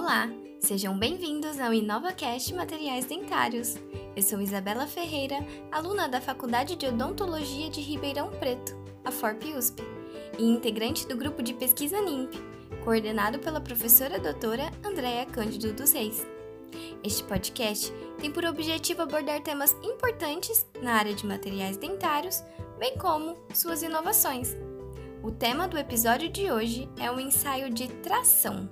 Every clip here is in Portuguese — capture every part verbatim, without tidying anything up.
Olá, sejam bem-vindos ao InovaCast Materiais Dentários. Eu sou Isabela Ferreira, aluna da Faculdade de Odontologia de Ribeirão Preto, a FORP-USP, e integrante do grupo de pesquisa N I M P, coordenado pela professora doutora Andréa Cândido dos Reis. Este podcast tem por objetivo abordar temas importantes na área de materiais dentários, bem como suas inovações. O tema do episódio de hoje é o ensaio de tração.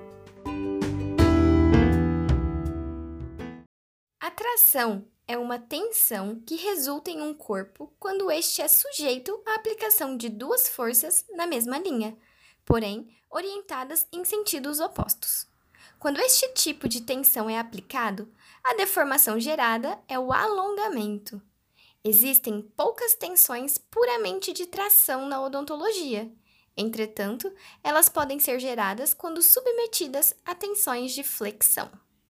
A tração é uma tensão que resulta em um corpo quando este é sujeito à aplicação de duas forças na mesma linha, porém orientadas em sentidos opostos. Quando este tipo de tensão é aplicado, a deformação gerada é o alongamento. Existem poucas tensões puramente de tração na odontologia. Entretanto, elas podem ser geradas quando submetidas a tensões de flexão.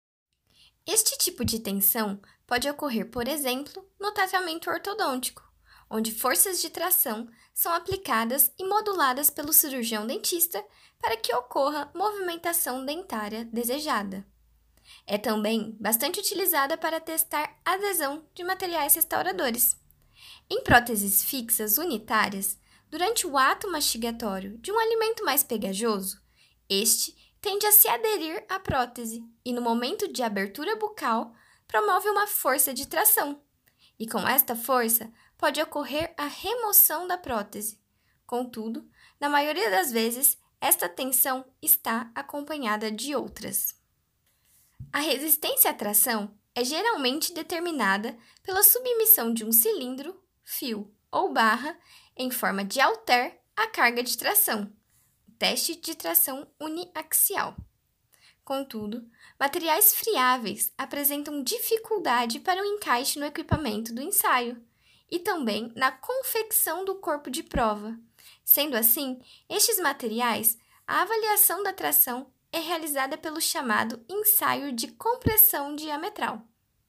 Este tipo de tensão pode ocorrer, por exemplo, no tratamento ortodôntico, onde forças de tração são aplicadas e moduladas pelo cirurgião dentista para que ocorra movimentação dentária desejada. É também bastante utilizada para testar adesão de materiais restauradores. Em próteses fixas unitárias, durante o ato mastigatório de um alimento mais pegajoso, este tende a se aderir à prótese e, no momento de abertura bucal, promove uma força de tração. E com esta força, pode ocorrer a remoção da prótese. Contudo, na maioria das vezes, esta tensão está acompanhada de outras. A resistência à tração é geralmente determinada pela submissão de um cilindro, fio ou barra em forma de halter à carga de tração, o teste de tração uniaxial. Contudo, materiais friáveis apresentam dificuldade para o encaixe no equipamento do ensaio e também na confecção do corpo de prova. Sendo assim, estes materiais, a avaliação da tração é realizada pelo chamado ensaio de compressão diametral.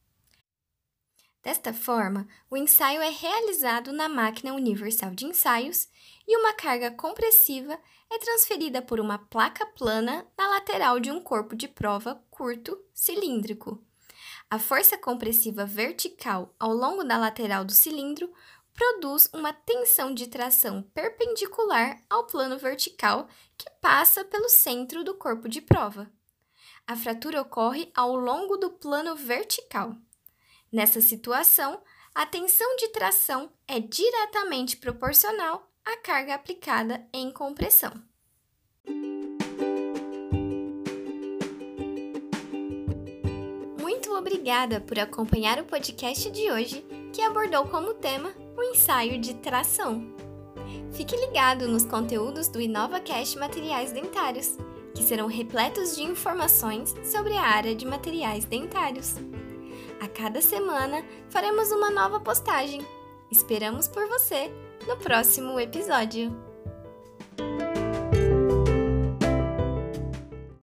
Desta forma, o ensaio é realizado na máquina universal de ensaios e uma carga compressiva é transferida por uma placa plana na lateral de um corpo de prova curto cilíndrico. A força compressiva vertical ao longo da lateral do cilindro produz uma tensão de tração perpendicular ao plano vertical que passa pelo centro do corpo de prova. A fratura ocorre ao longo do plano vertical. Nessa situação, a tensão de tração é diretamente proporcional à carga aplicada em compressão. Muito obrigada por acompanhar o podcast de hoje, que abordou como tema o ensaio de tração. Fique ligado nos conteúdos do InovaCast Materiais Dentários, que serão repletos de informações sobre a área de materiais dentários. A cada semana faremos uma nova postagem. Esperamos por você no próximo episódio.